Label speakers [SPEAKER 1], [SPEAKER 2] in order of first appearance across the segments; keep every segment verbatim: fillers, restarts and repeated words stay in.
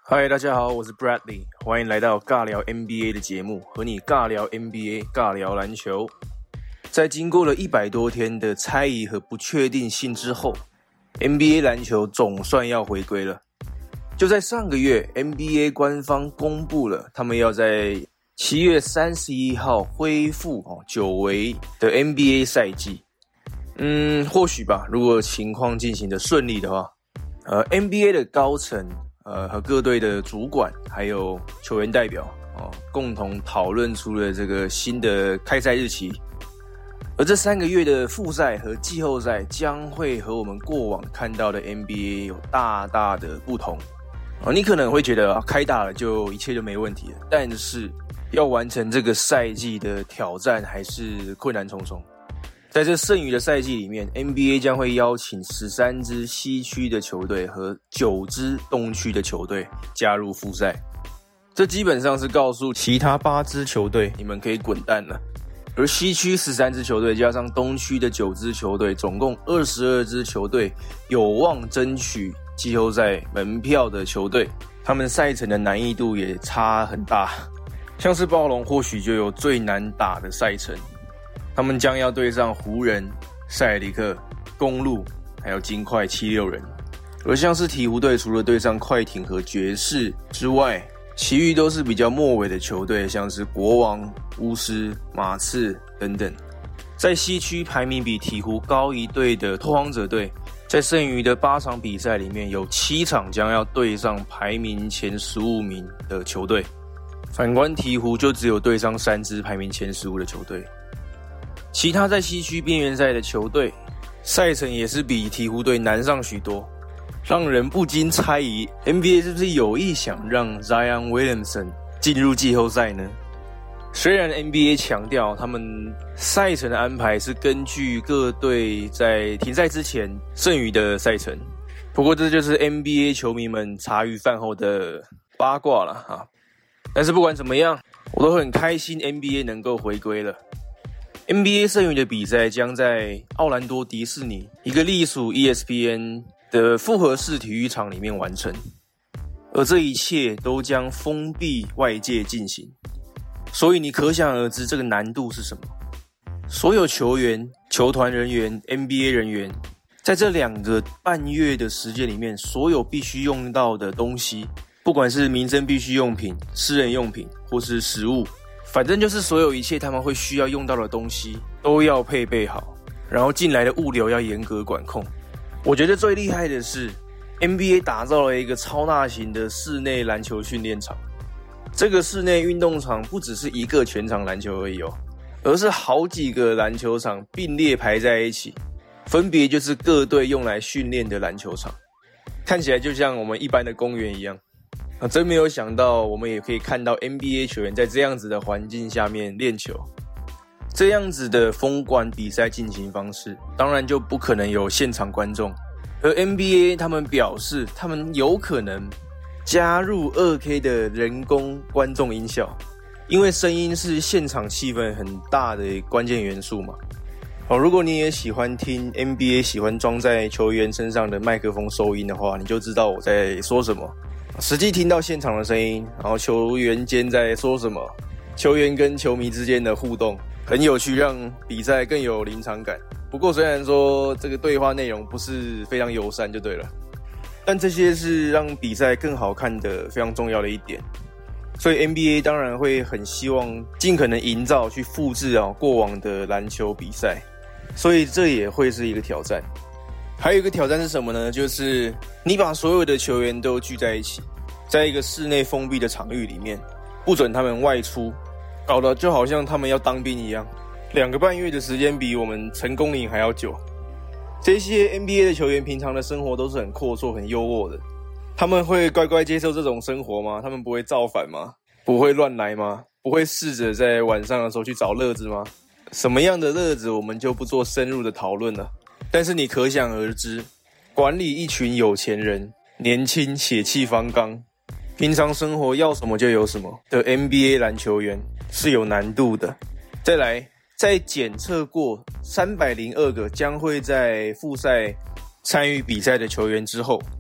[SPEAKER 1] 嗨，大家好，我是 Bradley， 欢迎来到尬聊 N B A 的节目，和你尬聊 N B A， 尬聊篮球。在经过了一百多天的猜疑和不确定性之后 ，N B A 篮球总算要回归了。就在上个月 ，N B A 官方公布了，他们要在七月三十一号恢复哦久违的 N B A 赛季。嗯，或许吧，如果情况进行的顺利的话，呃 ，N B A 的高层。呃，和各队的主管还有球员代表哦，共同讨论出了这个新的开赛日期。而这三个月的复赛和季后赛将会和我们过往看到的 N B A 有大大的不同。哦，你可能会觉得啊，开打了就一切就没问题了，但是要完成这个赛季的挑战还是困难重重。在这剩余的赛季里面 ，N B A 将会邀请十三支西区的球队和九支东区的球队加入复赛。这基本上是告诉其他八支球队，你们可以滚蛋了。而西区十三支球队加上东区的九支球队，总共二十二支球队有望争取季后赛门票的球队，他们赛程的难易度也差很大。像是暴龙或许就有最难打的赛程。他们将要对上湖人、塞尔提克、公鹿，还有金块七六人。而像是鹈鹕队，除了对上快艇和爵士之外，其余都是比较末尾的球队，像是国王、巫师、马刺等等。在西区排名比鹈鹕高一队的拓荒者队，在剩余的八场比赛里面，有七场将要对上排名前十五名的球队。反观鹈鹕，就只有对上三支排名前十五的球队。其他在西区边缘赛的球队，赛程也是比鹈鹕队难上许多，让人不禁猜疑 N B A 是不是有意想让 Zion Williamson 进入季后赛呢？虽然 N B A 强调他们赛程的安排是根据各队在停赛之前剩余的赛程，不过这就是 N B A 球迷们茶余饭后的八卦了啊！但是不管怎么样，我都很开心 N B A 能够回归了。N B A 剩余的比赛将在奥兰多迪士尼一个隶属 E S P N 的复合式体育场里面完成，而这一切都将封闭外界进行，所以你可想而知这个难度是什么。所有球员、球团人员、N B A 人员在这两个半月的时间里面，所有必须用到的东西，不管是民生必需用品、私人用品或是食物，反正就是所有一切他们会需要用到的东西都要配备好，然后进来的物流要严格管控。我觉得最厉害的是 N B A 打造了一个超大型的室内篮球训练场。这个室内运动场不只是一个全场篮球而已哦，而是好几个篮球场并列排在一起，分别就是各队用来训练的篮球场，看起来就像我们一般的公园一样。啊，真没有想到我们也可以看到 N B A 球员在这样子的环境下面练球。这样子的封馆比赛进行方式，当然就不可能有现场观众。而 N B A 他们表示，他们有可能加入 二K 的人工观众音效，因为声音是现场气氛很大的关键元素嘛。哦，如果你也喜欢听 N B A 喜欢装在球员身上的麦克风收音的话，你就知道我在说什么。实际听到现场的声音，然后球员间在说什么，球员跟球迷之间的互动很有趣，让比赛更有临场感。不过虽然说这个对话内容不是非常友善就对了，但这些是让比赛更好看的非常重要的一点。所以 N B A 当然会很希望尽可能营造去复制啊过往的篮球比赛，所以这也会是一个挑战。还有一个挑战是什么呢？就是你把所有的球员都聚在一起，在一个室内封闭的场域里面，不准他们外出，搞得就好像他们要当兵一样。两个半月的时间比我们成功营还要久。这些 N B A 的球员平常的生活都是很阔绰、很优渥的，他们会乖乖接受这种生活吗？他们不会造反吗？不会乱来吗？不会试着在晚上的时候去找乐子吗？什么样的乐子我们就不做深入的讨论了。但是你可想而知，管理一群有钱人、年轻血气方刚、平常生活要什么就有什么的 N B A 篮球员是有难度的。再来，在检测过三百零二个将会在复赛参与比赛的球员之后，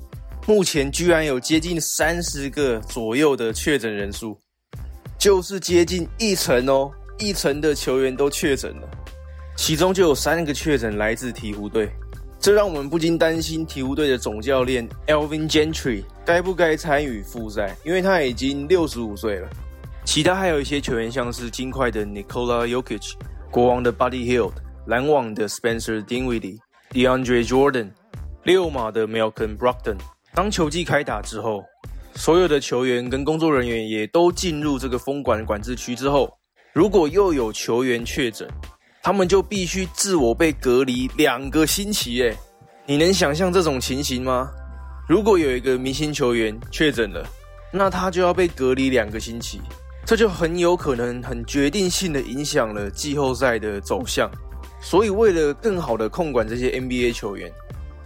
[SPEAKER 1] 目前居然有接近三十个左右的确诊人数，就是接近一成哦，一成的球员都确诊了，其中就有三个确诊来自鹈鹕队。这让我们不禁担心鹈鹕队的总教练 Alvin Gentry 该不该参与复赛，因为他已经六十五岁了。其他还有一些球员，像是金块的 Nikola Jokic、国王的 Buddy Hield、篮网的 Spencer Dinwiddie、DeAndre Jordan、溜马的 Malcolm Brogdon。当球季开打之后，所有的球员跟工作人员也都进入这个封管管制区之后，如果又有球员确诊，他们就必须自我被隔离两个星期耶！你能想象这种情形吗？如果有一个明星球员确诊了，那他就要被隔离两个星期，这就很有可能很决定性的影响了季后赛的走向。所以为了更好的控管这些 N B A 球员，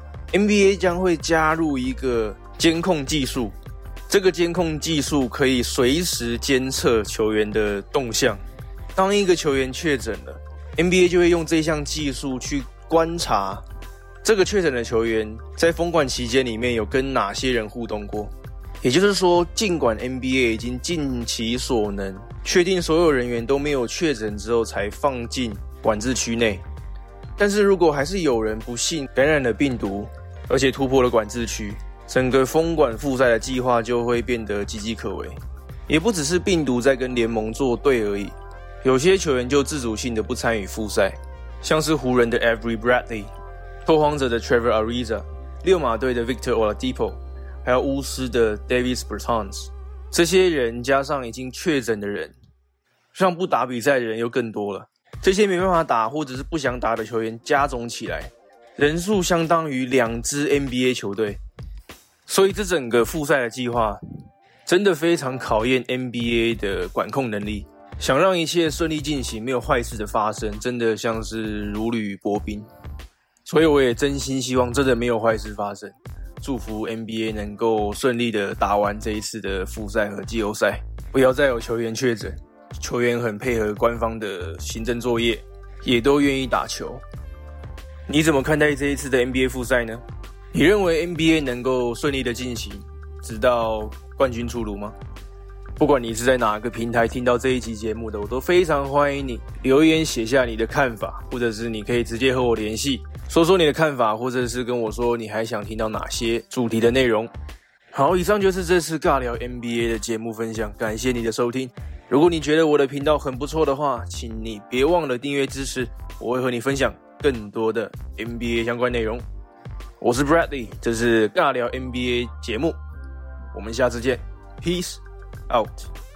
[SPEAKER 1] N B A 将会加入一个监控技术，这个监控技术可以随时监测球员的动向。当一个球员确诊了， N B A 就会用这项技术去观察这个确诊的球员在封管期间里面有跟哪些人互动过。也就是说，尽管 N B A 已经尽其所能确定所有人员都没有确诊之后才放进管制区内，但是如果还是有人不幸感染了病毒，而且突破了管制区，整个封管复赛的计划就会变得岌岌可危。也不只是病毒在跟联盟作对而已，有些球员就自主性的不参与复赛，像是湖人的 Avery Bradley、 拓荒者的 Trevor Ariza、 溜马队的 Victor Oladipo， 还有巫师的 Davis Bertans。 这些人加上已经确诊的人，让不打比赛的人又更多了。这些没办法打或者是不想打的球员加总起来，人数相当于两支 N B A 球队。所以这整个复赛的计划真的非常考验 N B A 的管控能力。想让一切顺利进行，没有坏事的发生，真的像是如履薄冰。所以我也真心希望真的没有坏事发生，祝福 N B A 能够顺利的打完这一次的复赛和季后赛，不要再有球员确诊，球员很配合官方的行政作业，也都愿意打球。你怎么看待这一次的 N B A 复赛呢？你认为 N B A 能够顺利的进行，直到冠军出炉吗？不管你是在哪个平台听到这一集节目的，我都非常欢迎你留言写下你的看法，或者是你可以直接和我联系，说说你的看法，或者是跟我说你还想听到哪些主题的内容。好，以上就是这次尬聊 N B A 的节目分享，感谢你的收听。如果你觉得我的频道很不错的话，请你别忘了订阅支持，我会和你分享更多的 N B A 相关内容。我是 Bradley， 这是尬聊 N B A 节目，我们下次见 ，Peace out。